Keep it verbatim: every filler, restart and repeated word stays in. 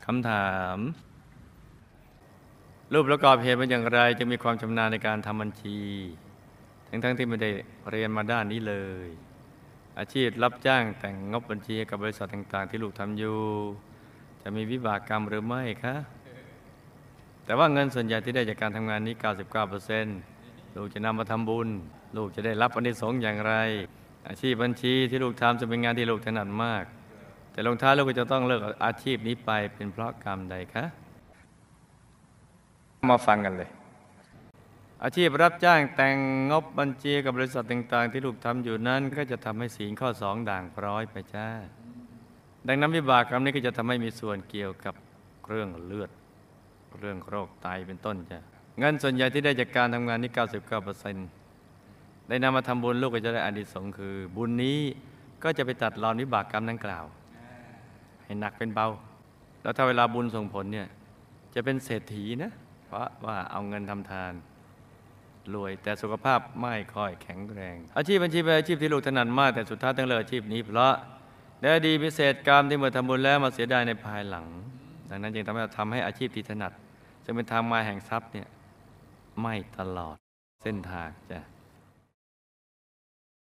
คำถามรูปประกอบเหตุเป็นอย่างไรจึงมีความชำนาญในการทำบัญชีทั้งๆ ทที่ไม่ได้เรียนมาด้านนี้เลยอาชีพรับจ้างแต่งงบบัญชีกับบริษัทต่างๆที่ลูกทำอยู่จะมีวิบากกรรมหรือไม่คะแต่ว่าเงินส่วนใหญ่ที่ได้จากการทำงานนี้ เก้าสิบเก้าเปอร์เซ็นต์ ลูกจะนำมาทำบุญลูกจะได้รับอานิสงส์อย่างไรอาชีพบัญชีที่ลูกทำจะเป็นงานที่ลูกถนัดมากแต่ลงท้ายลูกก็จะต้องเลิกอาชีพนี้ไปเป็นเพราะกรรมใดคะมาฟังกันเลยอาชีพรับจ้างแต่งงบบัญชีกับบริษัทต่างๆที่ลูกทำอยู่นั้นก็จะทำให้ศีลข้อสองด่างพร้อยไปจ้าดังนั้นวิบากกรรมนี้ก็จะทำให้มีส่วนเกี่ยวกับเรื่องเลือดเรื่องโรคไตเป็นต้นจ้ะเงินส่วนใหญ่ที่ได้จากการทำงานนี้ เก้าสิบเก้าเปอร์เซ็นต์ ได้นำมาทำบุญลูกก็จะได้อานิสงส์คือบุญนี้ก็จะไปตัดรอนวิบากกรรมดังกล่าวให้หนักเป็นเบาแล้วถ้าเวลาบุญส่งผลเนี่ยจะเป็นเศรษฐีนะเพราะว่าเอาเงินทำทานรวยแต่สุขภาพไม่ค่อยแข็งแรงอาชีพบัญชีเป็นอาชีพที่ลูกถนัดมากแต่สุดท้ายต้องเลิกอาชีพนี้เพราะได้ดีพิเศษกรรมที่เมื่อทำบุญแล้วมาเสียดายในภายหลังดังนั้นจึงทำให้ทำให้อาชีพที่ถนัดจะเป็นทางมาแห่งทรัพย์เนี่ยไม่ตลอดเส้นทางจ้ะ